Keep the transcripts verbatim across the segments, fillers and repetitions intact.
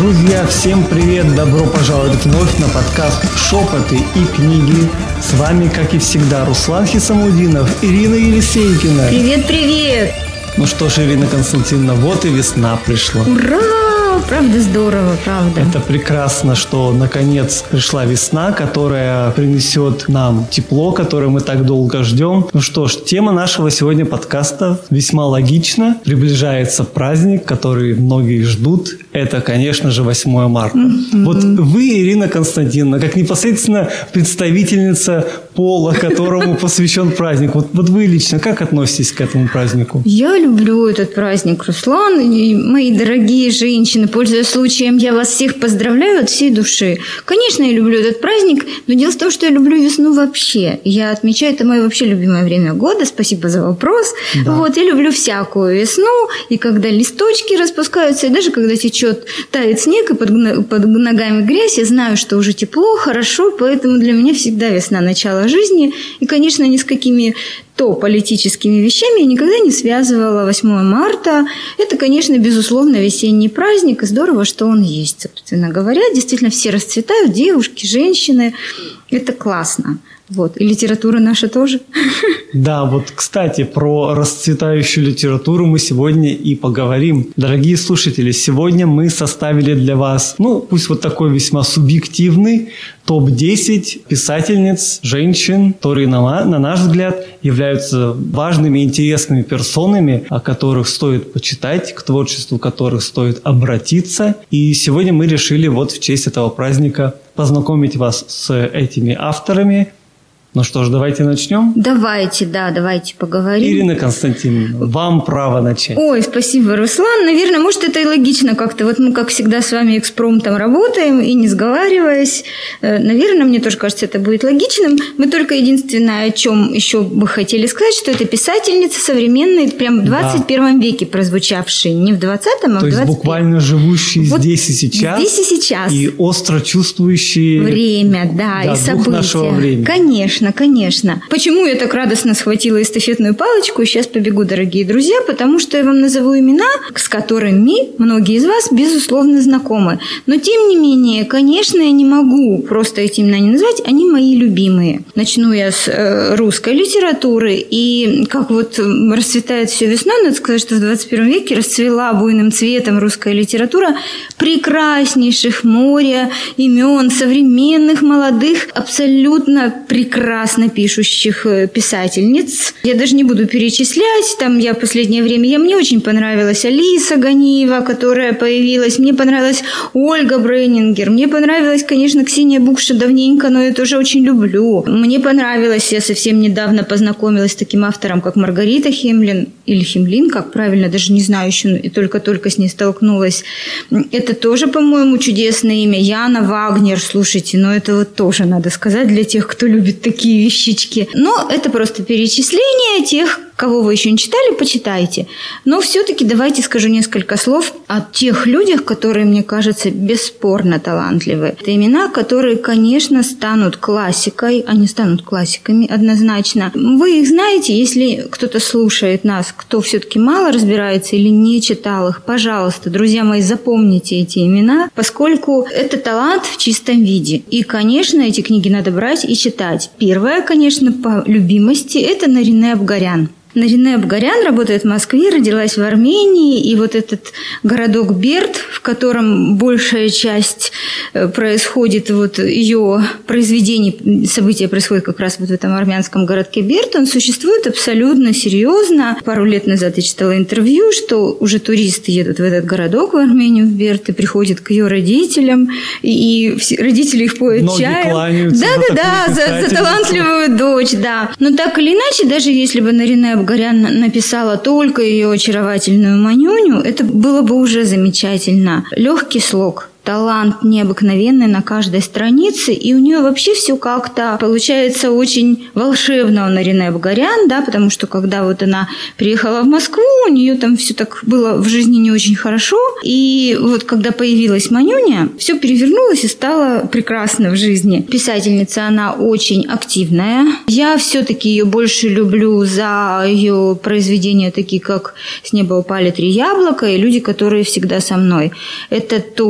Друзья, всем привет! Добро пожаловать вновь на подкаст «Шепоты и книги». С вами, как и всегда, Руслан Хисамудинов, Ирина Елисейкина. Привет-привет! Ну что ж, Ирина Константиновна, вот и весна пришла. Ура! Правда здорово, правда. Это прекрасно, что наконец пришла весна, которая принесет нам тепло, которое мы так долго ждем. Ну что ж, тема нашего сегодня подкаста весьма логична. Приближается праздник, который многие ждут. Это, конечно же, восьмое марта. Mm-hmm. Вот вы, Ирина Константиновна, как непосредственно представительница пола, которому посвящен праздник. Вот, вот вы лично как относитесь к этому празднику? Я люблю этот праздник, Руслан. И мои дорогие женщины, пользуясь случаем, я вас всех поздравляю от всей души. Конечно, я люблю этот праздник, но дело в том, что я люблю весну вообще. Я отмечаю, это мое вообще любимое время года. Спасибо за вопрос. Да. Вот, я люблю всякую весну, и когда листочки распускаются, и даже когда течет, тает снег, и под, под ногами грязь, я знаю, что уже тепло, хорошо, поэтому для меня всегда весна начало жизни. И, конечно, ни с какими то политическими вещами я никогда не связывала восьмое марта. Это, конечно, безусловно, весенний праздник, и здорово, что он есть, собственно говоря. Действительно, все расцветают, девушки, женщины. Это классно. Вот. И литература наша тоже. Да, вот, кстати, про расцветающую литературу мы сегодня и поговорим. Дорогие слушатели, сегодня мы составили для вас, ну, пусть вот такой весьма субъективный топ десять писательниц, женщин, которые, на, на наш взгляд, являются важными и интересными персонами, о которых стоит почитать, к творчеству которых стоит обратиться. И сегодня мы решили вот в честь этого праздника познакомить вас с этими авторами. Ну что ж, давайте начнем? Давайте, да, давайте поговорим. Ирина Константиновна, вам право начать. Ой, спасибо, Руслан. Наверное, может, это и логично как-то. Вот мы, как всегда, с вами экспромтом работаем и не сговариваясь. Наверное, мне тоже кажется, это будет логичным. Мы только единственное, о чем еще бы хотели сказать, что это писательница современная, прям в двадцать первом да. веке прозвучавшие. Не в двадцатом, а То в двадцать первом. То есть буквально живущие вот здесь и сейчас. Здесь и сейчас. И остро чувствующие время, да, да и события. Нашего времени. Конечно. Конечно. Почему я так радостно схватила эстафетную палочку и сейчас побегу, дорогие друзья? Потому что я вам назову имена, с которыми многие из вас, безусловно, знакомы. Но, тем не менее, конечно, я не могу просто эти имена не назвать, они мои любимые. Начну я с э, русской литературы. И как вот расцветает все весной, надо сказать, что в двадцать первом веке расцвела буйным цветом русская литература прекраснейших моря имен, современных, молодых, абсолютно прекрасных, прекрасно пишущих писательниц. Я даже не буду перечислять. Там я в последнее время... Я, мне очень понравилась Алиса Ганиева, которая появилась. Мне понравилась Ольга Брейнингер. Мне понравилась, конечно, Ксения Букша давненько, но я тоже очень люблю. Мне понравилось, я совсем недавно познакомилась с таким автором, как Маргарита Хемлин. Или Хемлин, как правильно, даже не знаю еще, и только-только с ней столкнулась. Это тоже, по-моему, чудесное имя. Яна Вагнер, слушайте, но это вот тоже надо сказать для тех, кто любит такие вещички. Но это просто перечисление тех, кого вы еще не читали, почитайте. Но все-таки давайте скажу несколько слов о тех людях, которые, мне кажется, бесспорно талантливы. Это имена, которые, конечно, станут классикой. Они станут классиками однозначно. Вы их знаете, если кто-то слушает нас, кто все-таки мало разбирается или не читал их, пожалуйста, друзья мои, запомните эти имена, поскольку это талант в чистом виде. И, конечно, эти книги надо брать и читать. Первое, конечно, по любимости, это Нарине Абгарян. Нарине Абгарян работает в Москве, родилась в Армении, и вот этот городок Берд, в котором большая часть происходит, вот ее произведений, события происходят как раз вот в этом армянском городке Берд, он существует абсолютно серьезно. Пару лет назад я читала интервью, что уже туристы едут в этот городок, в Армению, в Берд, и приходят к ее родителям, и родители их поют Ноги чаем. кланяются. Да-да-да, за, за талантливую дочь, да. Но так или иначе, даже если бы Нарине Абгарян написала только ее очаровательную Манюню, это было бы уже замечательно. Легкий слог. талант необыкновенный на каждой странице, и у нее вообще все как-то получается очень волшебно у Нарине Абгарян, да, потому что когда вот она приехала в Москву, у нее там все так было в жизни не очень хорошо, и вот когда появилась Манюня, все перевернулось и стало прекрасно в жизни. Писательница, она очень активная. Я все-таки ее больше люблю за ее произведения, такие как «С неба упали три яблока» и «Люди, которые всегда со мной». Это тоже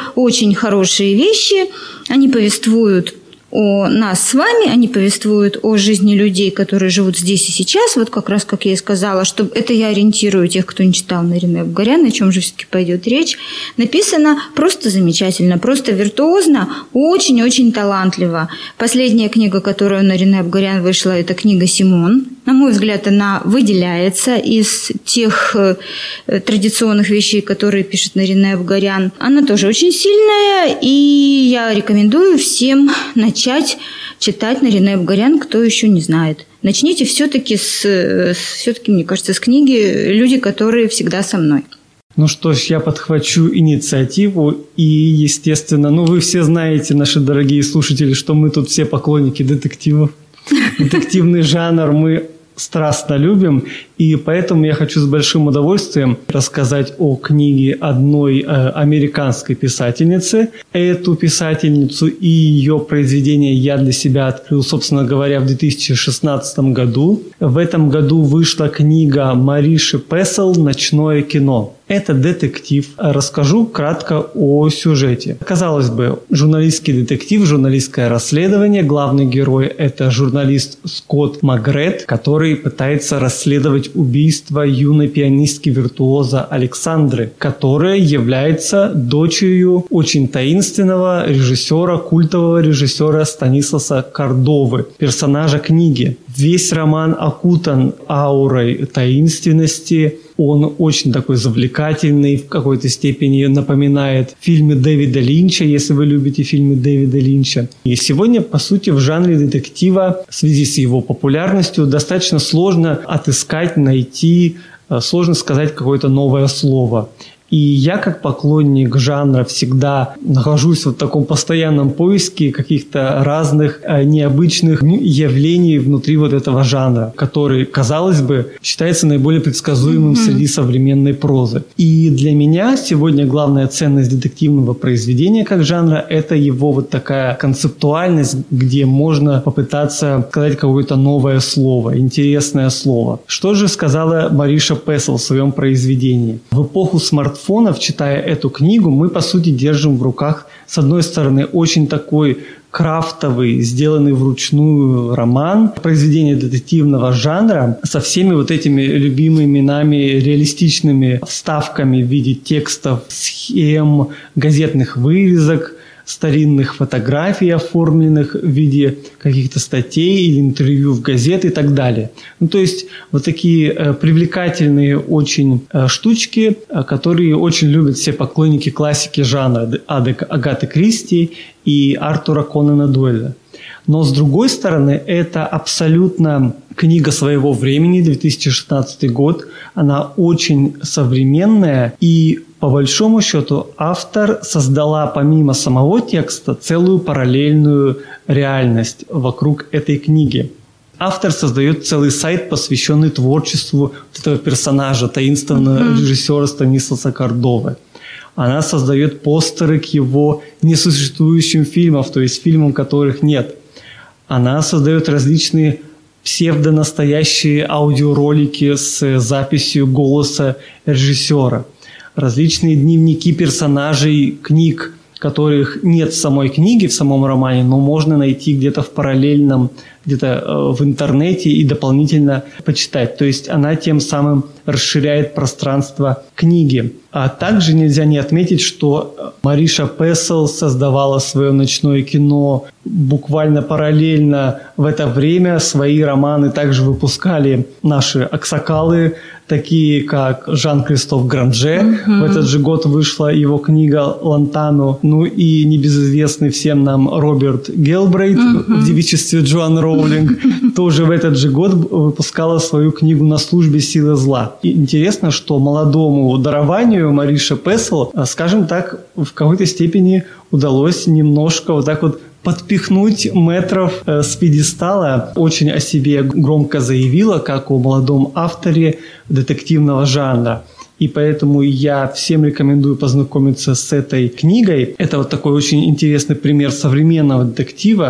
очень хорошие вещи. Они повествуют о нас с вами, они повествуют о жизни людей, которые живут здесь и сейчас. Вот как раз, как я и сказала, что это я ориентирую тех, кто не читал Наринэ Абгарян, о чем же все-таки пойдет речь. Написано просто замечательно, просто виртуозно, очень-очень талантливо. Последняя книга, которая у Наринэ Абгарян вышла, это книга «Симон». На мой взгляд, она выделяется из тех э, традиционных вещей, которые пишет Наринэ Абгарян. Она тоже очень сильная, и я рекомендую всем начать читать Наринэ Абгарян, кто еще не знает. Начните все-таки, с, с, все-таки, мне кажется, с книги «Люди, которые всегда со мной». Ну что ж, я подхвачу инициативу и, естественно, ну вы все знаете, наши дорогие слушатели, что мы тут все поклонники детективов. Детективный жанр мы страстно любим, и поэтому я хочу с большим удовольствием рассказать о книге одной э, американской писательницы. Эту писательницу и ее произведение я для себя открыл, собственно говоря, в две тысячи шестнадцатом году. В этом году вышла книга Мариши Песл «Ночное кино». Это детектив. Расскажу кратко о сюжете. Казалось бы, журналистский детектив, журналистское расследование. Главный герой – это журналист Скотт Магрет, который пытается расследовать убийство юной пианистки-виртуоза Александры, которая является дочерью очень таинственного режиссера, культового режиссера Станисласа Кордовы, персонажа книги. Весь роман окутан аурой таинственности. Он очень такой завлекательный, в какой-то степени напоминает фильмы Дэвида Линча, если вы любите фильмы Дэвида Линча. И сегодня, по сути, в жанре детектива, в связи с его популярностью, достаточно сложно отыскать, найти, сложно сказать какое-то новое слово. И я, как поклонник жанра, всегда нахожусь в таком постоянном поиске каких-то разных необычных явлений внутри вот этого жанра, который, казалось бы, считается наиболее предсказуемым mm-hmm. среди современной прозы. И для меня сегодня главная ценность детективного произведения как жанра – это его вот такая концептуальность, где можно попытаться сказать какое-то новое слово, интересное слово. Что же сказала Мариша Песл в своем произведении? В эпоху смартфонов, читая эту книгу, мы, по сути, держим в руках, с одной стороны, очень такой крафтовый, сделанный вручную роман, произведение детективного жанра со всеми вот этими любимыми нами реалистичными вставками в виде текстов, схем, газетных вырезок, старинных фотографий, оформленных в виде каких-то статей или интервью в газеты и так далее. Ну, то есть вот такие э, привлекательные очень э, штучки, э, которые очень любят все поклонники классики жанра Агаты Кристи и Артура Конана Дойля. Но с другой стороны, это абсолютно книга своего времени, две тысячи шестнадцатый год. Она очень современная, и по большому счету автор создала помимо самого текста целую параллельную реальность вокруг этой книги. Автор создает целый сайт, посвященный творчеству вот этого персонажа, таинственного mm-hmm. режиссера Станисласа Кордовы. Она создает постеры к его несуществующим фильмам, то есть фильмам, которых нет. Она создает различные псевдонастоящие аудиоролики с записью голоса режиссера, различные дневники персонажей книг, которых нет в самой книге, в самом романе, но можно найти где-то в параллельном, где-то в интернете и дополнительно почитать. То есть она тем самым расширяет пространство книги. А также нельзя не отметить, что Мариша Песл создавала свое ночное кино буквально параллельно в это время. Свои романы также выпускали наши аксакалы, такие как Жан-Кристоф Гранже. Mm-hmm. В этот же год вышла его книга «Лантану». Ну и небезызвестный всем нам Роберт Гелбрейт mm-hmm. в девичестве Джоан Роулинг тоже в этот же год выпускала свою книгу «На службе силы зла». И интересно, что молодому дарованию Марише Песл, скажем так, в какой-то степени удалось немножко вот так вот подпихнуть метров э, с пьедестала. Очень о себе громко заявила, как о молодом авторе детективного жанра. И поэтому я всем рекомендую познакомиться с этой книгой. Это вот такой очень интересный пример современного детектива.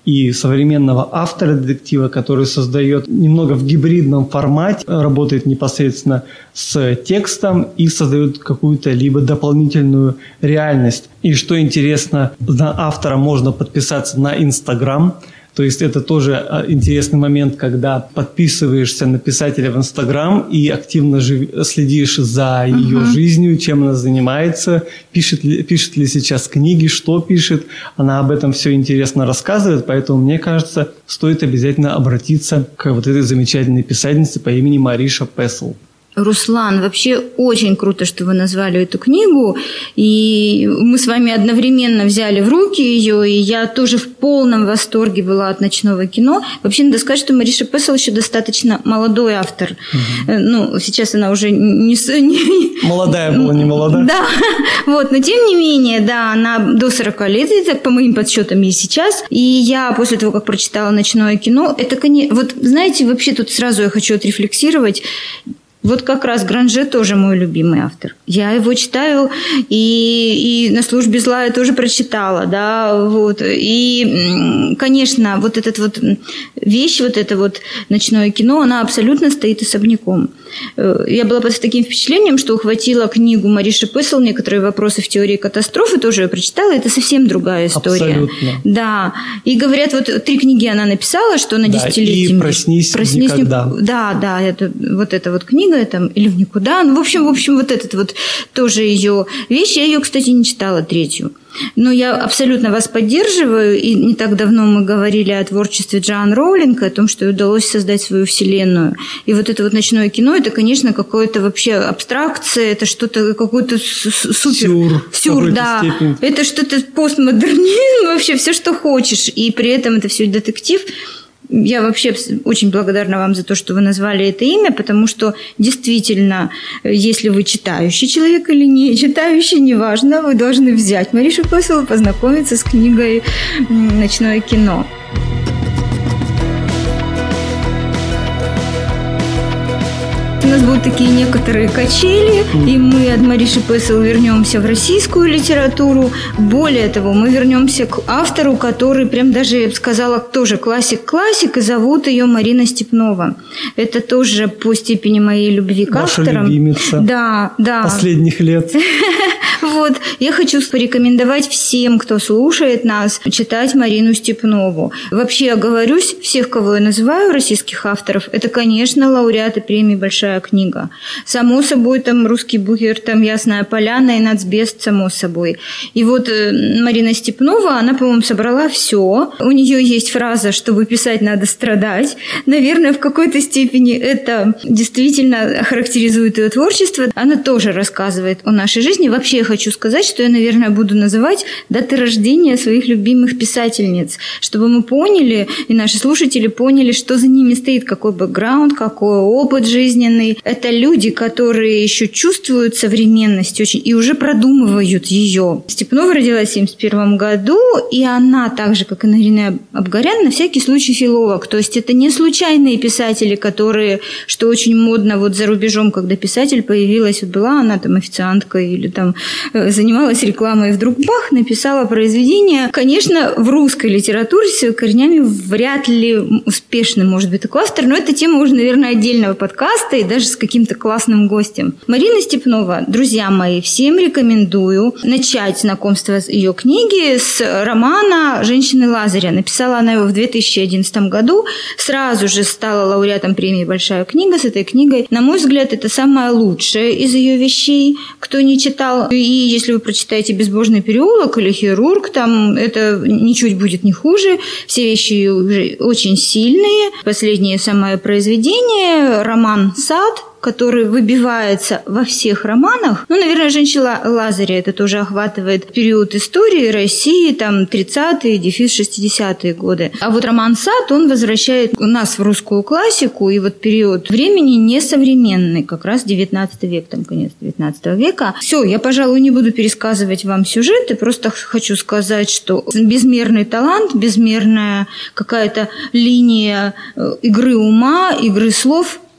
и современного автора детектива, который создает немного в гибридном формате, работает непосредственно с текстом и создает какую-то либо дополнительную реальность. И что интересно, на автора можно подписаться на Инстаграм. То есть это тоже интересный момент, когда подписываешься на писателя в Инстаграм и активно жив... следишь за ее uh-huh. жизнью, чем она занимается, пишет ли, пишет ли сейчас книги, что пишет. Она об этом все интересно рассказывает, поэтому, мне кажется, стоит обязательно обратиться к вот этой замечательной писательнице по имени Мариша Песл. Руслан, вообще очень круто, что вы назвали эту книгу, и мы с вами одновременно взяли в руки ее, и я тоже в полном восторге была от «Ночного кино». Вообще, надо сказать, что Мариша Песл еще достаточно молодой автор. Угу. Ну, сейчас она уже не... не... Молодая была, не молодая. Да, вот, но тем не менее, да, она до сорока лет, это по моим подсчетам и сейчас, и я после того, как прочитала «Ночное кино», это, конечно... Вот, знаете, вообще тут сразу я хочу отрефлексировать. Вот как раз Гранже тоже мой любимый автор. Я его читаю, и, и «На службе зла» я тоже прочитала, да, вот. И, конечно, вот эта вот вещь, вот это вот «Ночное кино», она абсолютно стоит особняком. Я была под таким впечатлением, что ухватила книгу Мариши Песл «Некоторые вопросы в теории катастрофы», тоже ее прочитала, это совсем другая история. Абсолютно. Да. И говорят, вот три книги она написала, что на десятилетие... Да, и «Проснись, «Проснись никогда». Да, да, это, вот эта вот книга, там, или в никуда. Ну, в общем, в общем, вот этот вот тоже ее вещь. Я ее, кстати, не читала, третью. Но я абсолютно вас поддерживаю. И не так давно мы говорили о творчестве Джоан Роулинг, о том, что ей удалось создать свою вселенную. И вот это вот «Ночное кино» – это, конечно, какое-то вообще абстракция, это что-то, какой-то супер... Сюр. Сюр, да. Степени. Это что-то постмодернизм, вообще все, что хочешь. И при этом это все детектив. Я вообще очень благодарна вам за то, что вы назвали это имя, потому что действительно, если вы читающий человек или не читающий, неважно, вы должны взять Маришу Песл и познакомиться с книгой «Ночное кино». У нас будут такие некоторые качели, и мы от Мариши Песл вернемся в российскую литературу. Более того, мы вернемся к автору, который прям даже, я бы сказала, тоже классик-классик, и зовут ее Марина Степнова. Это тоже по степени моей любви к Ваша авторам. любимица. Да, да. Последних лет. Вот, я хочу порекомендовать всем, кто слушает нас, читать Марину Степнову. Вообще, оговорюсь, всех, кого я называю, российских авторов, это, конечно, лауреаты премии «Большая книга». Само собой, там «Русский букер», там «Ясная поляна» и «Нацбест», само собой. И вот Марина Степнова, она, по-моему, собрала все. У нее есть фраза «чтобы писать, надо страдать». Наверное, в какой-то степени это действительно характеризует ее творчество. Она тоже рассказывает о нашей жизни. Вообще, я хочу сказать, что я, наверное, буду называть даты рождения своих любимых писательниц, чтобы мы поняли, и наши слушатели поняли, что за ними стоит, какой бэкграунд, какой опыт жизненный. Это люди, которые еще чувствуют современность очень и уже продумывают ее. Степнова родилась в семьдесят первом году, и она, так же, как и Нарина Абгарян, на всякий случай филолог. То есть это не случайные писатели, которые, что очень модно вот за рубежом, когда писатель появилась, вот была она там официанткой или там занималась рекламой, и вдруг бах, написала произведение. Конечно, в русской литературе с корнями вряд ли успешный может быть такой автор, но это тема уже, наверное, отдельного подкаста и даже с каким-то классным гостем. Марина Степнова, друзья мои, всем рекомендую начать знакомство с ее книги с романа «Женщины Лазаря». Написала она его в две тысячи одиннадцатом году, сразу же стала лауреатом премии «Большая книга» с этой книгой. На мой взгляд, это самая лучшая из ее вещей, кто не читал. И если вы прочитаете «Безбожный переулок» или «Хирург», там это ничуть будет не хуже. Все вещи уже очень сильные. Последнее самое произведение, роман «Сад», который выбивается во всех романах. Ну, наверное, «Женщина Лазаря» это тоже охватывает период истории России, там, тридцатые, дефис шестидесятые годы. А вот роман «Сад», он возвращает нас в русскую классику, и вот период времени несовременный, как раз девятнадцатый век, там, конец девятнадцатого века. Все, я, пожалуй, не буду пересказывать вам сюжеты, просто хочу сказать, что безмерный талант, безмерная какая-то линия игры ума, игры слов,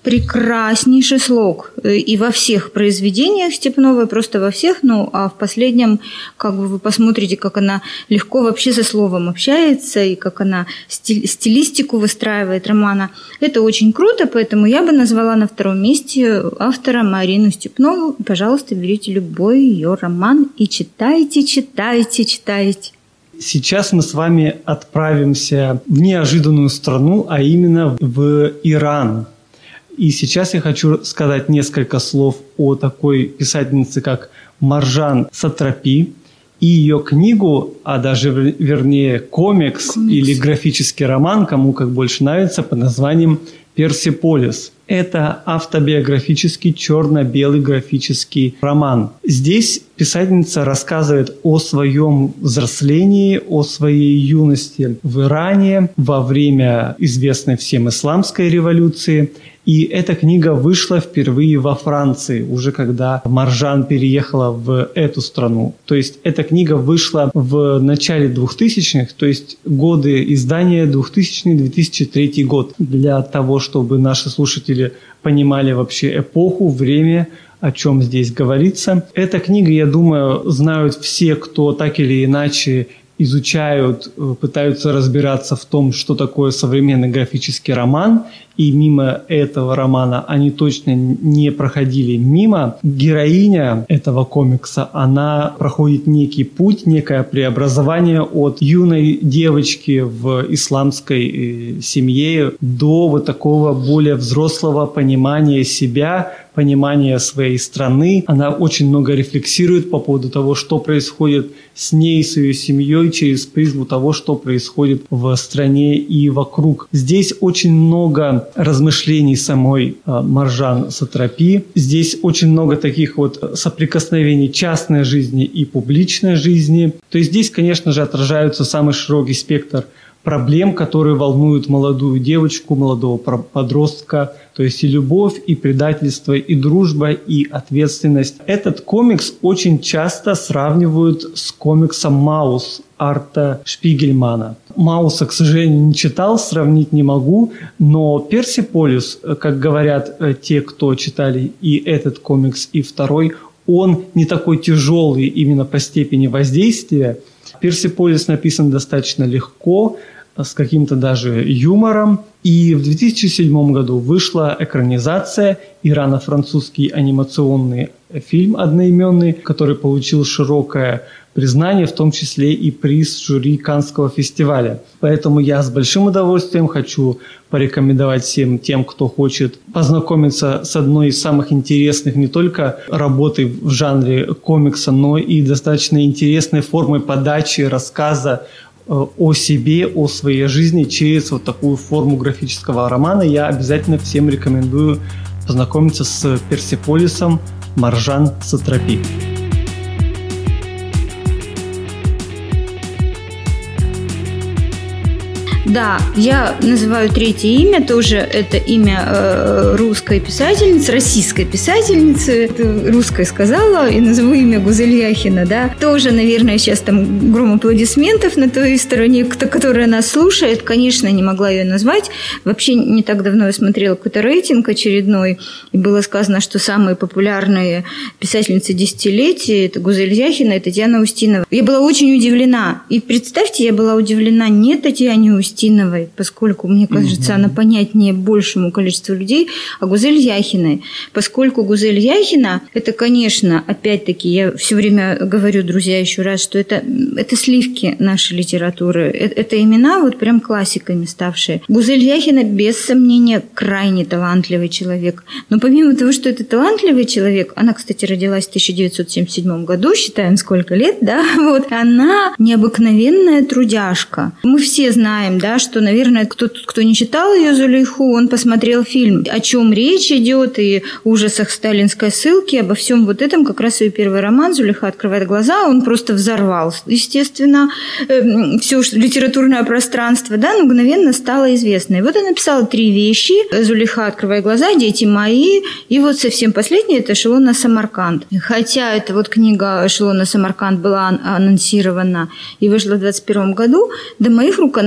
прекраснейший слог. И во всех произведениях Степновой, просто во всех, ну, а в последнем, как бы вы посмотрите, как она легко вообще со словом общается, и как она стиль, стилистику выстраивает романа. Это очень круто, поэтому я бы назвала на втором месте автора Марину Степнову. Пожалуйста, берите любой ее роман и читайте, читайте, читайте. Сейчас мы с вами отправимся в неожиданную страну, а именно в Иран. И сейчас я хочу сказать несколько слов о такой писательнице, как Маржан Сатрапи, и ее книгу, а даже вернее комикс, комикс или графический роман, кому как больше нравится, под названием «Персеполис». Это автобиографический черно-белый графический роман. Здесь писательница рассказывает о своем взрослении, о своей юности в Иране во время известной всем исламской революции. И эта книга вышла впервые во Франции, уже когда Маржан переехала в эту страну. То есть эта книга вышла в начале двухтысячных, то есть годы издания двухтысячный — две тысячи третий год. Для того, чтобы наши слушатели понимали вообще эпоху, время, о чем здесь говорится. Эта книга, я думаю, знают все, кто так или иначе изучают, пытаются разбираться в том, что такое современный графический роман, и мимо этого романа они точно не проходили мимо. Героиня этого комикса, она проходит некий путь, некое преобразование от юной девочки в исламской семье до вот такого более взрослого понимания себя, понимания своей страны. Она очень много рефлексирует по поводу того, что происходит с ней, с ее семьей, через призму того, что происходит в стране и вокруг. Здесь очень много размышлений самой Маржан Сатрапи. Здесь очень много таких вот соприкосновений частной жизни и публичной жизни. То есть здесь, конечно же, отражается самый широкий спектр проблем, которые волнуют молодую девочку, молодого подростка, то есть и любовь, и предательство, и дружба, и ответственность. Этот комикс очень часто сравнивают с комиксом «Маус» Арта Шпигельмана. Мауса, к сожалению, не читал, сравнить не могу, но «Персеполис», как говорят те, кто читали и этот комикс, и второй, он не такой тяжелый именно по степени воздействия. «Персеполис» написан достаточно легко, с каким-то даже юмором. И в две тысячи седьмом году вышла экранизация, ирано-французский анимационный фильм одноименный, который получил широкое признание, в том числе и приз жюри Каннского фестиваля. Поэтому я с большим удовольствием хочу порекомендовать всем тем, кто хочет познакомиться с одной из самых интересных не только работы в жанре комикса, но и достаточно интересной формой подачи, рассказа о себе, о своей жизни через вот такую форму графического романа. Я обязательно всем рекомендую познакомиться с «Персеполисом» Маржан Сатрапи. Да, я называю третье имя, тоже это имя э, русской писательницы, российской писательницы, русской сказала, и назову имя Гузель Яхина, да. Тоже, наверное, сейчас там гром аплодисментов на той стороне, кто, которая нас слушает, конечно, не могла ее назвать. Вообще не так давно я смотрела какой-то рейтинг очередной, и было сказано, что самые популярные писательницы десятилетия – это Гузель Яхина и Татьяна Устинова. Я была очень удивлена. И представьте, я была удивлена не Татьяне Устиновой, поскольку, мне кажется, mm-hmm. она понятнее большему количеству людей, а Гузель Яхиной. Поскольку Гузель Яхина, это, конечно, опять-таки, я все время говорю, друзья, еще раз, что это, это сливки нашей литературы. Это, это имена вот прям классиками ставшие. Гузель Яхина, без сомнения, крайне талантливый человек. Но помимо того, что это талантливый человек, она, кстати, родилась в тысяча девятьсот семьдесят седьмом году, считаем, сколько лет, да, вот, она необыкновенная трудяжка. Мы все знаем, да, что, наверное, кто-то, кто не читал ее «Зулейху», он посмотрел фильм, о чем речь идет, и ужасах сталинской ссылки, обо всем вот этом. Как раз ее первый роман «Зулейха открывает глаза», он просто взорвал, естественно, э, все литературное пространство, да, мгновенно стало известно. И вот она написала три вещи: «Зулейха открывает глаза», «Дети мои», и вот совсем последняя – это «Эшелон на Самарканд». Хотя эта вот книга «Эшелон на Самарканд» была анонсирована и вышла в двадцать первом году, до моих рук она еще не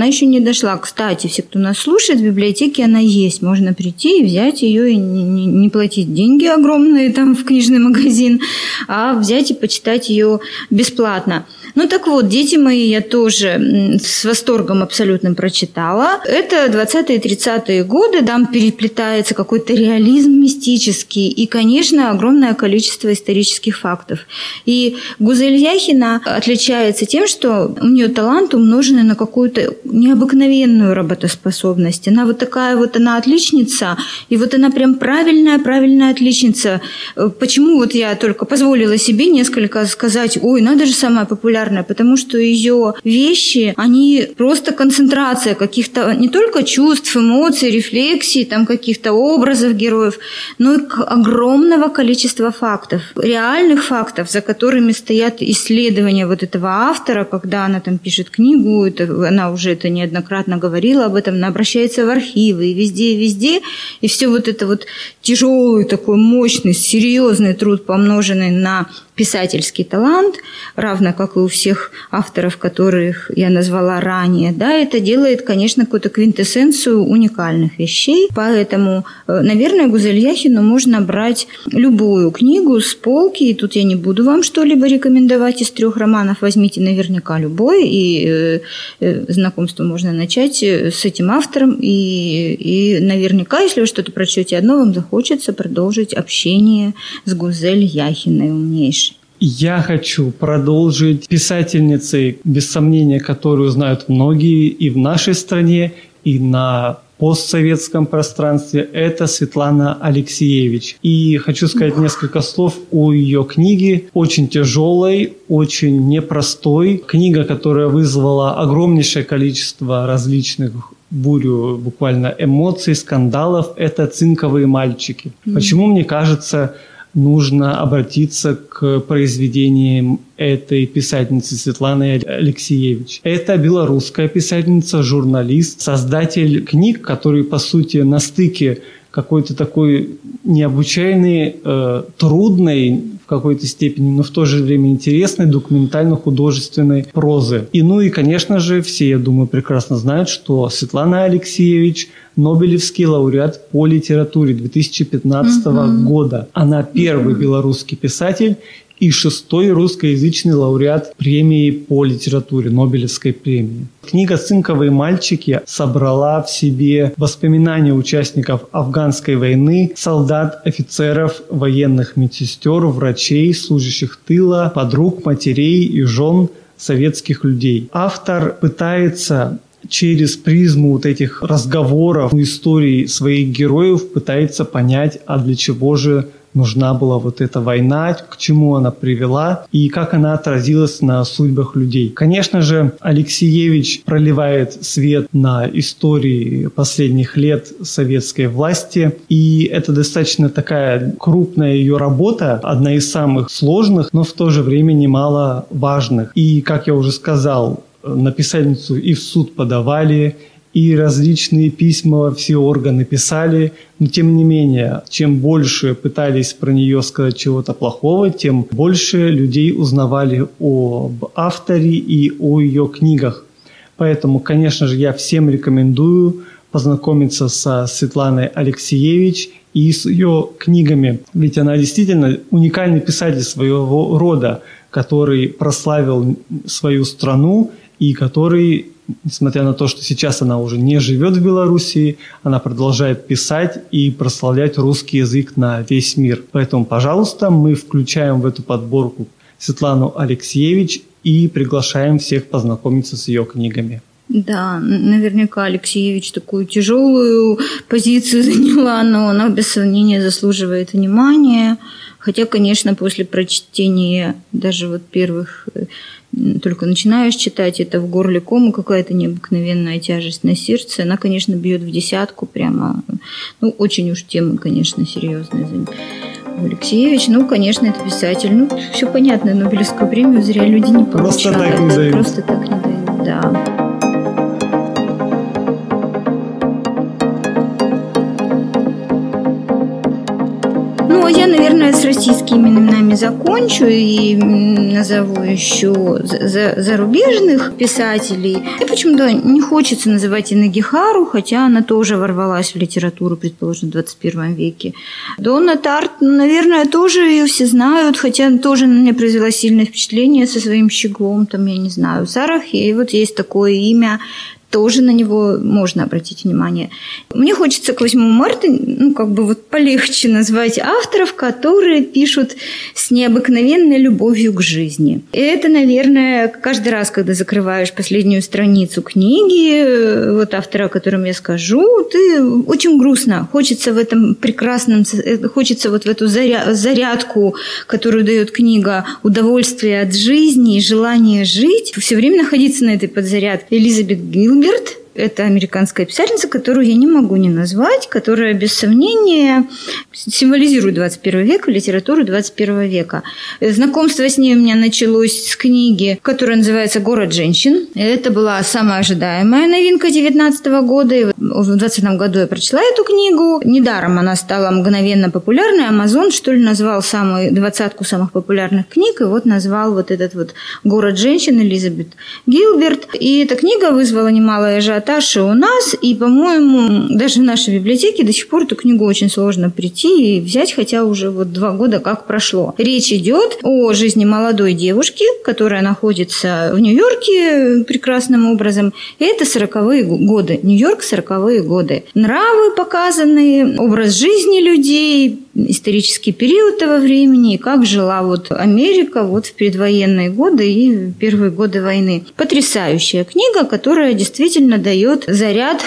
дошла. Кстати, все, кто нас слушает, в библиотеке она есть. Можно прийти и взять ее, и не, не платить деньги огромные там в книжный магазин, а взять и почитать ее бесплатно. Ну так вот, «Дети мои» я тоже с восторгом абсолютно прочитала. Это двадцатые и тридцатые годы, там переплетается какой-то реализм мистический и, конечно, огромное количество исторических фактов. И Гузель Яхина отличается тем, что у нее талант умноженный на какую-то необыкновенную работоспособность. Она вот такая вот, она отличница, и вот она прям правильная-правильная отличница. Почему вот я только позволила себе несколько сказать, ой, надо же самая популярная, потому что ее вещи, они просто концентрация каких-то не только чувств, эмоций, рефлексий, там каких-то образов героев, но и огромного количества фактов, реальных фактов, за которыми стоят исследования вот этого автора, когда она там пишет книгу, это, она уже это неоднократно говорила об этом, она обращается в архивы и везде, и везде, и все вот это вот тяжелый такой мощный, серьезный труд, помноженный на писательский талант, равно как и у всех авторов, которых я назвала ранее, да, это делает, конечно, какую-то квинтэссенцию уникальных вещей. Поэтому, наверное, Гузель Яхину можно брать любую книгу с полки, и тут я не буду вам что-либо рекомендовать из трех романов, возьмите наверняка любой, и э, знакомство можно начать с этим автором, и, и наверняка, если вы что-то прочтете одно, вам захочется продолжить общение с Гузель Яхиной умнейшей. Я хочу продолжить писательницей, без сомнения, которую знают многие и в нашей стране, и на постсоветском пространстве. Это Светлана Алексиевич. И хочу сказать несколько слов о ее книге. Очень тяжелой, очень непростой. Книга, которая вызвала огромнейшее количество различных бурю буквально эмоций, скандалов. Это «Цинковые мальчики». Mm-hmm. Почему, мне кажется, нужно обратиться к произведениям этой писательницы Светланы Алексиевич. Это белорусская писательница, журналист, создатель книг, которые, по сути, на стыке какой-то такой необычайной, э, трудной в какой-то степени, но в то же время интересной документально-художественной прозы. И, ну и, конечно же, все, я думаю, прекрасно знают, что Светлана Алексиевич – Нобелевский лауреат по литературе две тысячи пятнадцатого mm-hmm. года. Она первый mm-hmm. белорусский писатель и шестой русскоязычный лауреат премии по литературе, Нобелевской премии. Книга «Цинковые мальчики» собрала в себе воспоминания участников афганской войны, солдат, офицеров, военных медсестер, врачей, служащих тыла, подруг, матерей и жен советских людей. Автор пытается через призму вот этих разговоров, историй своих героев, пытается понять, а для чего же нужна была вот эта война, к чему она привела и как она отразилась на судьбах людей. Конечно же, Алексиевич проливает свет на истории последних лет советской власти, и это достаточно такая крупная ее работа, одна из самых сложных, но в то же время немало важных. И, как я уже сказал, на писательницу и в суд подавали, и различные письма во все органы писали, но тем не менее, чем больше пытались про нее сказать чего-то плохого, тем больше людей узнавали об авторе и о ее книгах. Поэтому, конечно же, я всем рекомендую познакомиться со Светланой Алексиевич и с ее книгами. Ведь она действительно уникальный писатель своего рода, который прославил свою страну и который, несмотря на то, что сейчас она уже не живет в Белоруссии, она продолжает писать и прославлять русский язык на весь мир. Поэтому, пожалуйста, мы включаем в эту подборку Светлану Алексиевич и приглашаем всех познакомиться с ее книгами. Да, наверняка Алексиевич такую тяжелую позицию заняла, но она без сомнения заслуживает внимания. Хотя, конечно, после прочтения даже вот первых, только начинаешь читать, это в горле ком и какая-то необыкновенная тяжесть на сердце. Она, конечно, бьет в десятку прямо. Ну, очень уж темы, конечно, серьезные. Алексиевич, ну, конечно, это писатель. Ну, все понятно, Нобелевскую премию зря люди не получают. Просто так не дают. Просто так не дают, да. Я, наверное, с российскими именами закончу и назову еще за, зарубежных писателей. И почему-то не хочется называть и Нагихару, хотя она тоже ворвалась в литературу, предположим, в двадцать первом веке. Донна Тарт, ну, наверное, тоже ее все знают, хотя тоже на меня произвела сильное впечатление со своим щеглом, там, я не знаю, Сара Хей, вот есть такое имя, тоже на него можно обратить внимание. Мне хочется к восьмому марта, ну, как бы вот полегче назвать авторов, которые пишут с необыкновенной любовью к жизни. И это, наверное, каждый раз, когда закрываешь последнюю страницу книги, вот автора, о котором я скажу, ты очень грустно. Хочется в этом прекрасном, хочется вот в эту зарядку, которую дает книга, удовольствие от жизни и желание жить, все время находиться на этой подзарядке. Элизабет Гилберт. Это американская писательница, которую я не могу не назвать, которая, без сомнения, символизирует двадцать первый век, литературу двадцать первого века. Знакомство с ней у меня началось с книги, которая называется «Город женщин». Это была самая ожидаемая новинка девятнадцатого года. И в двадцатом году я прочла эту книгу. Недаром она стала мгновенно популярной. Амазон, что ли, назвал самую двадцатку самых популярных книг, и вот назвал вот этот вот «Город женщин» Элизабет Гилберт. И эта книга вызвала немалый ажиотаж у нас, и, по-моему, даже в нашей библиотеке до сих пор эту книгу очень сложно прийти и взять, хотя уже вот два года как прошло. Речь идет о жизни молодой девушки, которая находится в Нью-Йорке прекрасным образом, и это сороковые годы. Нью-Йорк, сороковые годы. Нравы показаны, образ жизни людей, исторический период того времени, и как жила вот Америка вот в предвоенные годы и первые годы войны. Потрясающая книга, которая действительно дает заряд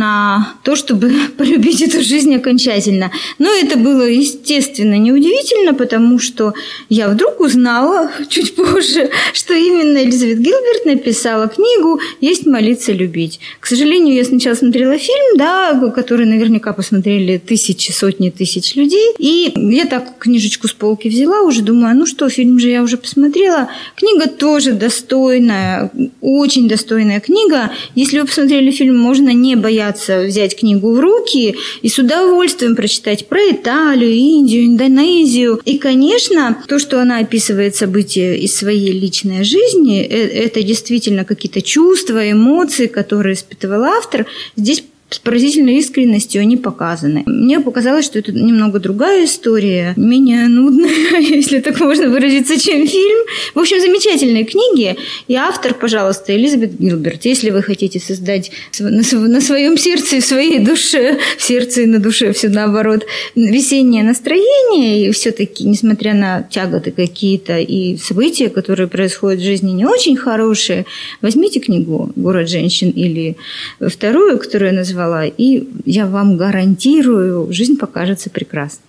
на то, чтобы полюбить эту жизнь окончательно. Но это было, естественно, неудивительно, потому что я вдруг узнала чуть позже, что именно Элизабет Гилберт написала книгу «Есть, молиться, любить». К сожалению, я сначала смотрела фильм, да, который наверняка посмотрели тысячи, сотни тысяч людей, и я так книжечку с полки взяла, уже думаю, ну что, фильм же я уже посмотрела. Книга тоже достойная, очень достойная книга. Если вы посмотрели фильм, можно не бояться взять книгу в руки и с удовольствием прочитать про Италию, Индию, Индонезию. И, конечно, то, что она описывает события из своей личной жизни, это действительно какие-то чувства, эмоции, которые испытывал автор. Здесь с поразительной искренностью они показаны. Мне показалось, что это немного другая история, менее нудная, если так можно выразиться, чем фильм. В общем, замечательные книги. И автор, пожалуйста, Элизабет Гилберт. Если вы хотите создать на своем сердце и в своей душе, в сердце и на душе все наоборот, весеннее настроение, и все-таки, несмотря на тяготы какие-то и события, которые происходят в жизни не очень хорошие, возьмите книгу «Город женщин» или вторую, которую я назвала, и я вам гарантирую, жизнь покажется прекрасной.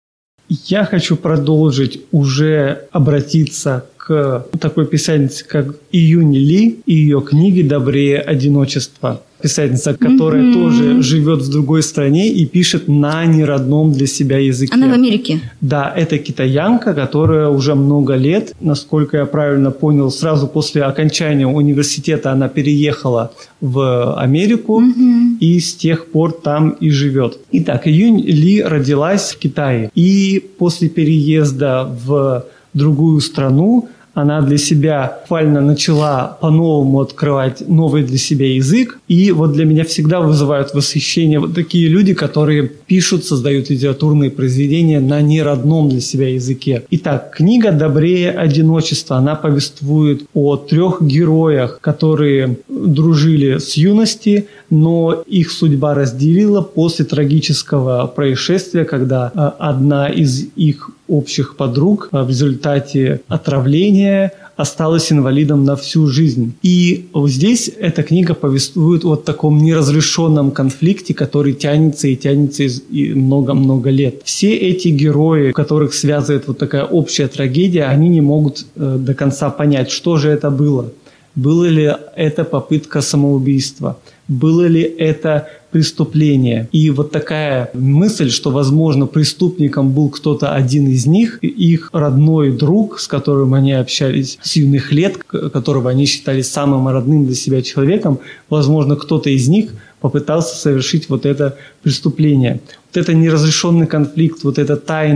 Я хочу продолжить уже обратиться к такой писательнице, как Июнь Ли и ее книги «Добрее одиночество». Писательница, которая mm-hmm. тоже живет в другой стране и пишет на неродном для себя языке. Она в Америке? Да, это китаянка, которая уже много лет, насколько я правильно понял, сразу после окончания университета она переехала в Америку mm-hmm. и с тех пор там и живет. Итак, Июнь Ли родилась в Китае, и после переезда в другую страну она для себя буквально начала по-новому открывать новый для себя язык. И вот для меня всегда вызывают восхищение вот такие люди, которые пишут, создают литературные произведения на неродном для себя языке. Итак, книга «Добрее одиночество». Она повествует о трех героях, которые дружили с юности, но их судьба разделила после трагического происшествия, когда одна из их общих подруг в результате отравления осталась инвалидом на всю жизнь. И вот здесь эта книга повествует о таком неразрешенном конфликте, который тянется и тянется много-много лет. Все эти герои, которых связывает вот такая общая трагедия, они не могут э, до конца понять, что же это было. Была ли это попытка самоубийства? Было ли это преступление? И вот такая мысль, что, возможно, преступником был кто-то один из них, их родной друг, с которым они общались с юных лет, которого они считали самым родным для себя человеком, возможно, кто-то из них попытался совершить вот это преступление. Вот это неразрешенный конфликт, вот эта тайна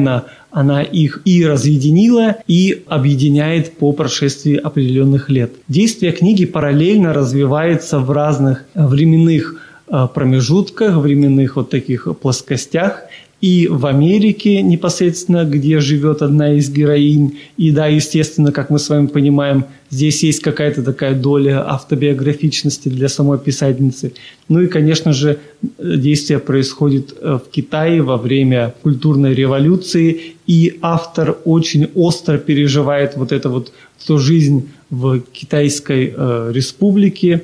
она их и разъединила, и объединяет по прошествии определенных лет. Действие книги параллельно развивается в разных временных промежутках, временных вот таких плоскостях. И в Америке непосредственно, где живет одна из героинь. И да, естественно, как мы с вами понимаем, здесь есть какая-то такая доля автобиографичности для самой писательницы. Ну и, конечно же, действие происходит в Китае во время культурной революции. И автор очень остро переживает вот эту вот эту жизнь в Китайской э, республике.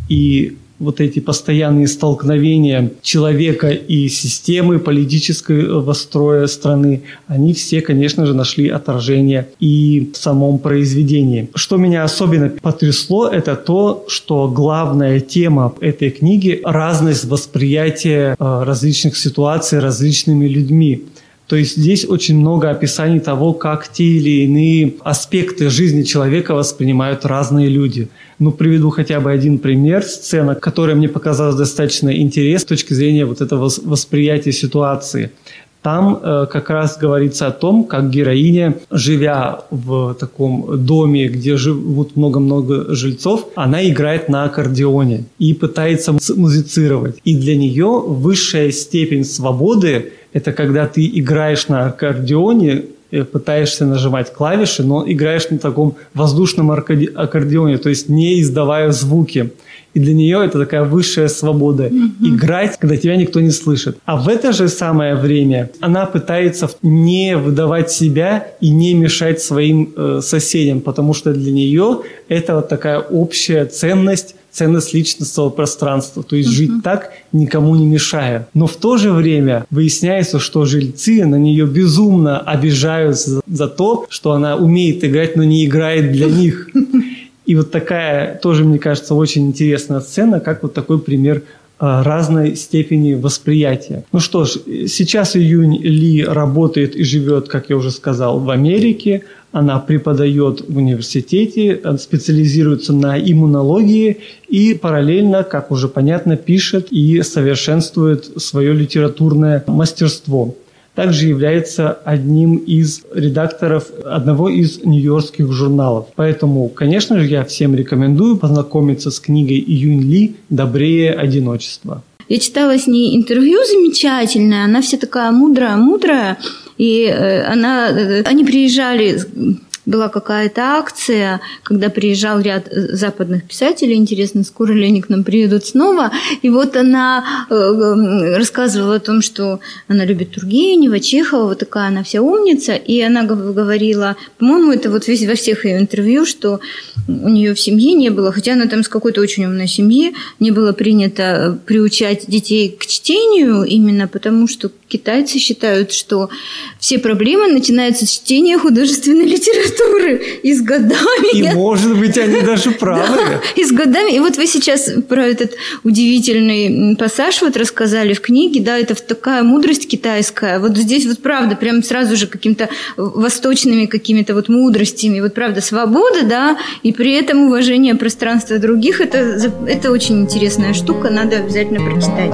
И вот эти постоянные столкновения человека и системы политического строя страны, они все, конечно же, нашли отражение и в самом произведении. Что меня особенно потрясло, это то, что главная тема этой книги – разность восприятия различных ситуаций различными людьми. То есть здесь очень много описаний того, как те или иные аспекты жизни человека воспринимают разные люди. Ну, приведу хотя бы один пример, сцена, которая мне показалась достаточно интересной с точки зрения вот этого восприятия ситуации. Там э, как раз говорится о том, как героиня, живя в таком доме, где живут много-много жильцов, она играет на аккордеоне и пытается музицировать. И для нее высшая степень свободы – это когда ты играешь на аккордеоне, пытаешься нажимать клавиши, но играешь на таком воздушном аккордеоне, то есть не издавая звуки. И для нее это такая высшая свобода mm-hmm. – играть, когда тебя никто не слышит. А в это же самое время она пытается не выдавать себя и не мешать своим э, соседям, потому что для нее это вот такая общая ценность, ценность личностного пространства, то есть uh-huh. жить так, никому не мешая. Но в то же время выясняется, что жильцы на нее безумно обижаются за, за то, что она умеет играть, но не играет для них. И вот такая тоже, мне кажется, очень интересная сцена, как вот такой пример разной степени восприятия. Ну что ж, сейчас Юнь Ли работает и живет, как я уже сказал, в Америке. Она преподает в университете, специализируется на иммунологии и параллельно, как уже понятно, пишет и совершенствует свое литературное мастерство. Также является одним из редакторов одного из нью-йоркских журналов. Поэтому, конечно же, я всем рекомендую познакомиться с книгой Юнь Ли «Добрее одиночество». Я читала с ней интервью замечательное, она вся такая мудрая-мудрая, и она, они приезжали... Была какая-то акция, когда приезжал ряд западных писателей. Интересно, скоро ли они к нам приедут снова. И вот она рассказывала о том, что она любит Тургенева, Чехова, вот такая она вся умница. И она говорила, по-моему, это вот во всех ее интервью, что у нее в семье не было, хотя она там с какой-то очень умной семьи, не было принято приучать детей к чтению, именно потому что китайцы считают, что все проблемы начинаются с чтения художественной литературы. И с годами... И, может быть, они даже правы. Да, и с годами... И вот вы сейчас про этот удивительный пассаж вот рассказали в книге, да, это такая мудрость китайская. Вот здесь вот правда, прям сразу же какими-то восточными какими-то вот мудростями. Вот правда, свобода, да, и при этом уважение пространства других. Это, это очень интересная штука, надо обязательно прочитать.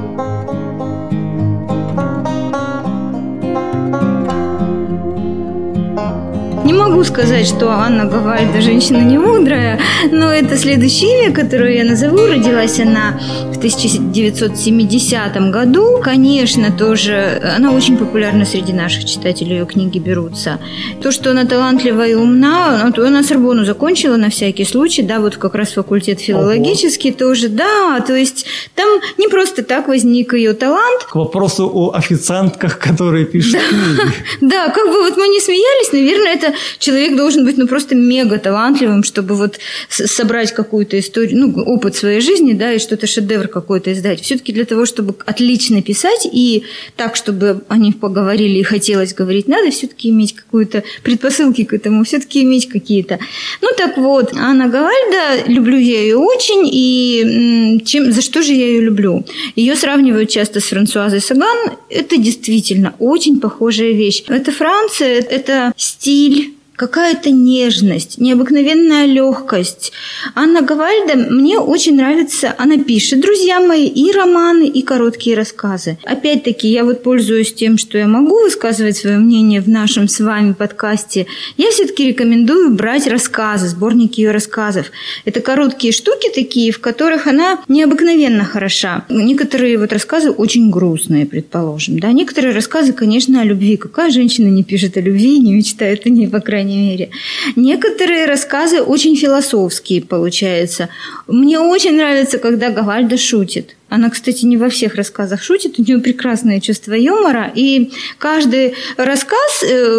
Не могу сказать, что Анна Гавальда женщина не мудрая, но это следующее имя, которое я назову. Родилась она в тысяча девятьсот семидесятом году. Конечно, тоже она очень популярна среди наших читателей, ее книги берутся. То, что она талантлива и умна, она Сорбонну закончила на всякий случай, да, вот как раз факультет филологический Ого. Тоже, да, то есть там не просто так возник ее талант. К вопросу о официантках, которые пишут да. книги. Да, как бы вот мы не смеялись, наверное, это человек должен быть ну просто мега талантливым, чтобы вот собрать какую-то историю, ну, опыт своей жизни, да, и что-то шедевр какой-то издать. Все-таки для того, чтобы отлично писать и так, чтобы они поговорили и хотелось говорить, надо все-таки иметь какую-то предпосылки к этому, все-таки иметь какие-то. Ну, так вот, Анна Гавальда, люблю я ее очень, и чем, за что же я ее люблю? Ее сравнивают часто с Франсуазой Саган. Это действительно очень похожая вещь. Это Франция, это стиль, какая-то нежность, необыкновенная легкость. Анна Гавальда мне очень нравится. Она пишет, друзья мои, и романы, и короткие рассказы. Опять-таки, я вот пользуюсь тем, что я могу высказывать свое мнение в нашем с вами подкасте. Я все-таки рекомендую брать рассказы, сборники ее рассказов. Это короткие штуки такие, в которых она необыкновенно хороша. Некоторые вот рассказы очень грустные, предположим. Да? Некоторые рассказы, конечно, о любви. Какая женщина не пишет о любви, не мечтает о ней, по крайней мере. Некоторые рассказы очень философские, получается. Мне очень нравится, когда Гавальда шутит. Она, кстати, не во всех рассказах шутит, у нее прекрасное чувство юмора, и каждый рассказ –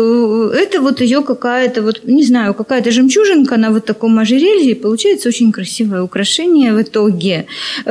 это вот ее какая-то, вот, не знаю, какая-то жемчужинка на вот таком ожерелье, и получается очень красивое украшение в итоге.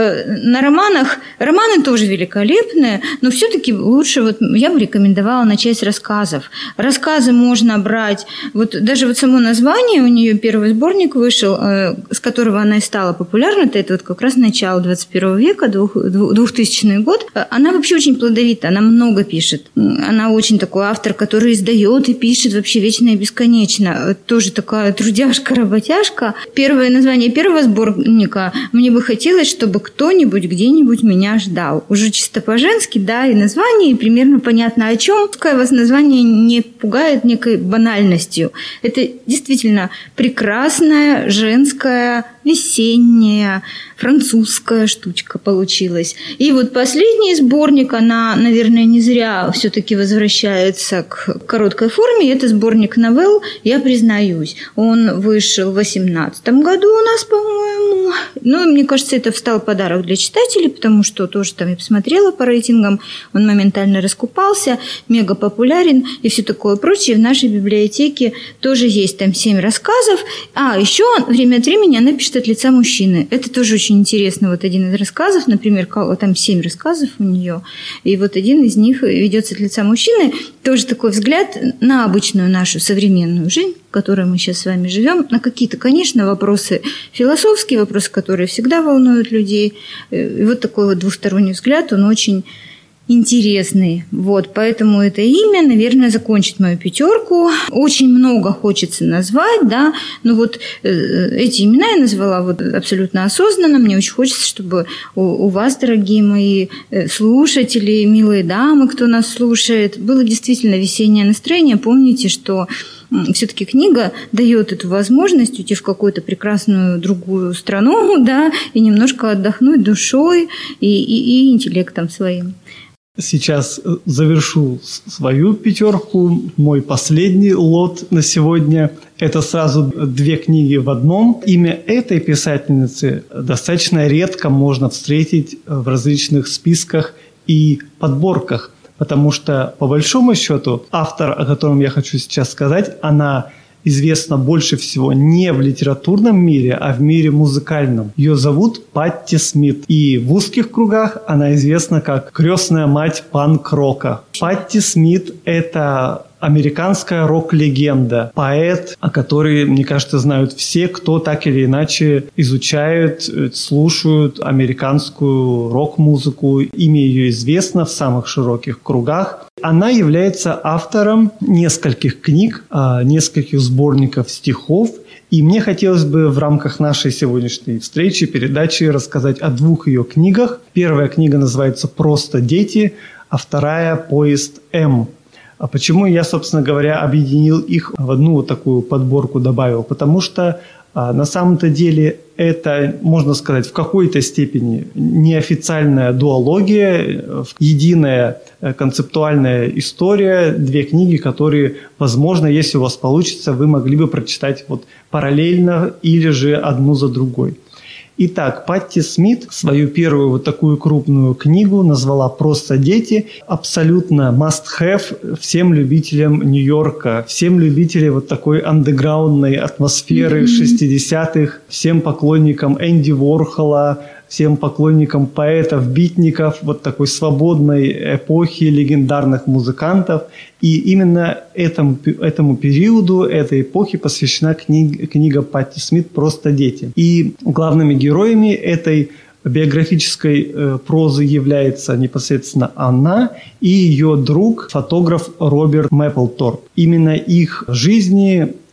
На романах, романы тоже великолепные, но все-таки лучше, вот, я бы рекомендовала начать с рассказов. Рассказы можно брать, вот даже вот само название, у нее первый сборник вышел, с которого она и стала популярна, это вот как раз начало двадцать первого века, двухтысячный год, она вообще очень плодовита, она много пишет. Она очень такой автор, который издает и пишет вообще вечно и бесконечно. Тоже такая трудяшка-работяжка. Первое название первого сборника «Мне бы хотелось, чтобы кто-нибудь где-нибудь меня ждал». Уже чисто по-женски, да, и название, и примерно понятно о чем. Пускай вас название не пугает некой банальностью. Это действительно прекрасная, женская, весенняя, французская штучка получилась. И вот последний сборник, она, наверное, не зря все-таки возвращается к короткой форме. Это сборник новелл «Я признаюсь». Он вышел в восемнадцатом году у нас, по-моему. Ну, мне кажется, это стал подарок для читателей, потому что тоже там я посмотрела по рейтингам, он моментально раскупался, мега популярен и все такое прочее. В нашей библиотеке тоже есть там семь рассказов. А, еще время от времени она пишет от лица мужчины. Это тоже очень интересно. Вот один из рассказов, например, там семь рассказов у нее, и вот один из них ведется от лица мужчины. Тоже такой взгляд на обычную нашу современную жизнь, в которой мы сейчас с вами живем, на какие-то, конечно, вопросы философские, вопросы, которые всегда волнуют людей. И вот такой вот двусторонний взгляд, он очень интересный. Вот, поэтому это имя, наверное, закончит мою пятерку. Очень много хочется назвать, да, но вот э, эти имена я назвала вот абсолютно осознанно. Мне очень хочется, чтобы у, у вас, дорогие мои слушатели, милые дамы, кто нас слушает, было действительно весеннее настроение. Помните, что все-таки книга дает эту возможность уйти в какую-то прекрасную другую страну, да, и немножко отдохнуть душой и, и, и интеллектом своим. Сейчас завершу свою пятерку. Мой последний лот на сегодня – это сразу две книги в одном. Имя этой писательницы достаточно редко можно встретить в различных списках и подборках, потому что, по большому счету, автор, о котором я хочу сейчас сказать, она известна больше всего не в литературном мире, а в мире музыкальном. Ее зовут Патти Смит. И в узких кругах она известна как крестная мать панк-рока. Патти Смит – это американская рок-легенда, поэт, о которой, мне кажется, знают все, кто так или иначе изучают, слушают американскую рок-музыку. Имя ее известно в самых широких кругах. Она является автором нескольких книг, нескольких сборников стихов. И мне хотелось бы в рамках нашей сегодняшней встречи, передачи рассказать о двух ее книгах. Первая книга называется «Просто дети», а вторая «Поезд М». А почему я, собственно говоря, объединил их в одну вот такую подборку, добавил? Потому что а, на самом-то деле это, можно сказать, в какой-то степени неофициальная дуология, единая концептуальная история, две книги, которые, возможно, если у вас получится, вы могли бы прочитать вот параллельно или же одну за другой. Итак, Патти Смит свою первую вот такую крупную книгу назвала «Просто дети». Абсолютно must-have всем любителям Нью-Йорка, всем любителям вот такой андеграундной атмосферы mm-hmm. шестидесятых, всем поклонникам Энди Уорхола, всем поклонникам поэтов, битников, вот такой свободной эпохи легендарных музыкантов. И именно этому, этому периоду, этой эпохе посвящена книга, книга Патти Смит «Просто дети». И главными героями этой биографической э, прозы является непосредственно она и ее друг, фотограф Роберт Мэпплторп. Именно их жизни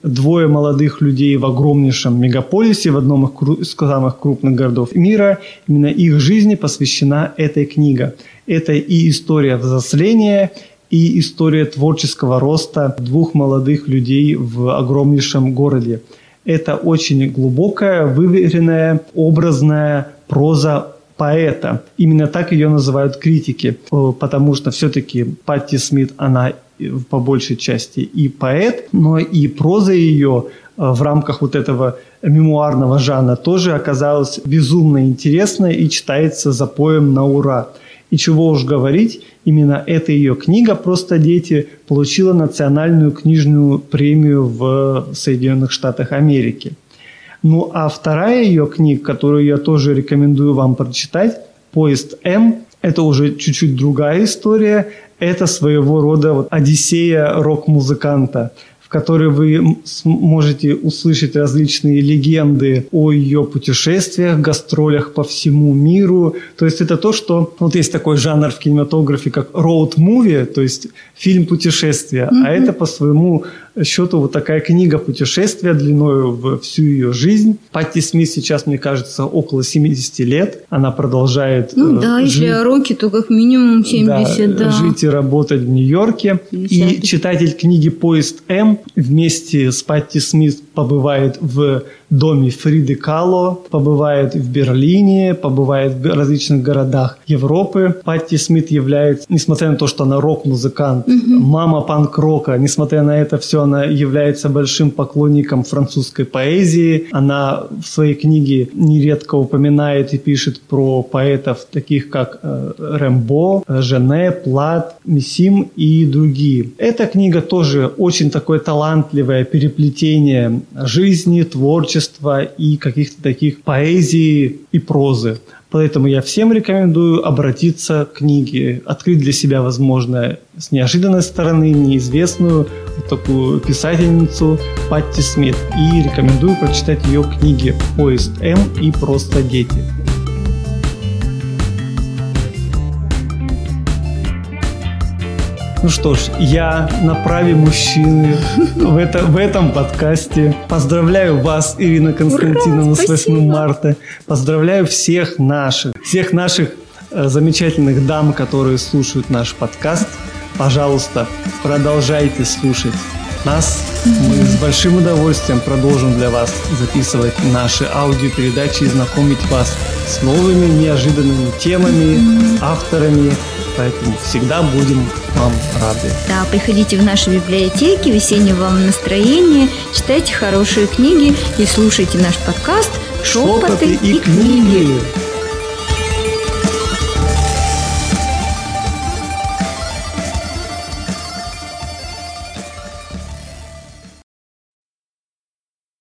двое молодых людей в огромнейшем мегаполисе, в одном из самых крупных городов мира. Именно их жизни посвящена эта книга. Это и история взросления, и история творческого роста двух молодых людей в огромнейшем городе. Это очень глубокая, выверенная, образная проза поэта. Именно так ее называют критики, потому что все-таки Патти Смит, она по большей части и поэт, но и проза ее в рамках вот этого мемуарного жанра тоже оказалась безумно интересной и читается запоем на ура. И чего уж говорить, именно эта ее книга «Просто дети» получила национальную книжную премию в Соединенных Штатах Америки. Ну а вторая ее книга, которую я тоже рекомендую вам прочитать, «Поезд М», это уже чуть-чуть другая история. Это своего рода вот одиссея рок-музыканта, в которой вы можете услышать различные легенды о ее путешествиях, гастролях по всему миру. То есть это то, что... Вот есть такой жанр в кинематографе, как роуд-муви, то есть фильм путешествия. Mm-hmm. А это по своему счету вот такая книга путешествия длиной в всю ее жизнь. Патти Смит сейчас, мне кажется, около семьдесят лет. Она продолжает... Ну да, жить, если о роке, то как минимум семьдесят, да. да. Жить и работать в Нью-Йорке. И читатель книги «Поезд М» вместе с Патти Смит побывает в доме Фриды Кало, побывает в Берлине, побывает в различных городах Европы. Патти Смит является, несмотря на то, что она рок-музыкант, mm-hmm. мама панк-рока, несмотря на это все, она является большим поклонником французской поэзии. Она в своей книге нередко упоминает и пишет про поэтов, таких как э, Рембо, Жене, Плат, Миссим и другие. Эта книга тоже очень такое талантливое переплетение жизни, творчества и каких-то таких поэзии и прозы. Поэтому я всем рекомендую обратиться к книге, открыть для себя, возможно, с неожиданной стороны, неизвестную вот такую писательницу Патти Смит. И рекомендую прочитать ее книги «Поезд М» и «Просто дети». Ну что ж, я на праве мужчины в, это, в этом подкасте. Поздравляю вас, Ирина Константиновна, Ура, с восьмым марта. Поздравляю всех наших, всех наших э, замечательных дам, которые слушают наш подкаст. Пожалуйста, продолжайте слушать нас. Мы с большим удовольствием продолжим для вас записывать наши аудиопередачи и знакомить вас с новыми неожиданными темами, авторами. Поэтому всегда будем вам рады. Да, приходите в наши библиотеки, весеннего вам настроения, читайте хорошие книги и слушайте наш подкаст «Шепоты, Шепоты и, и книги». книги.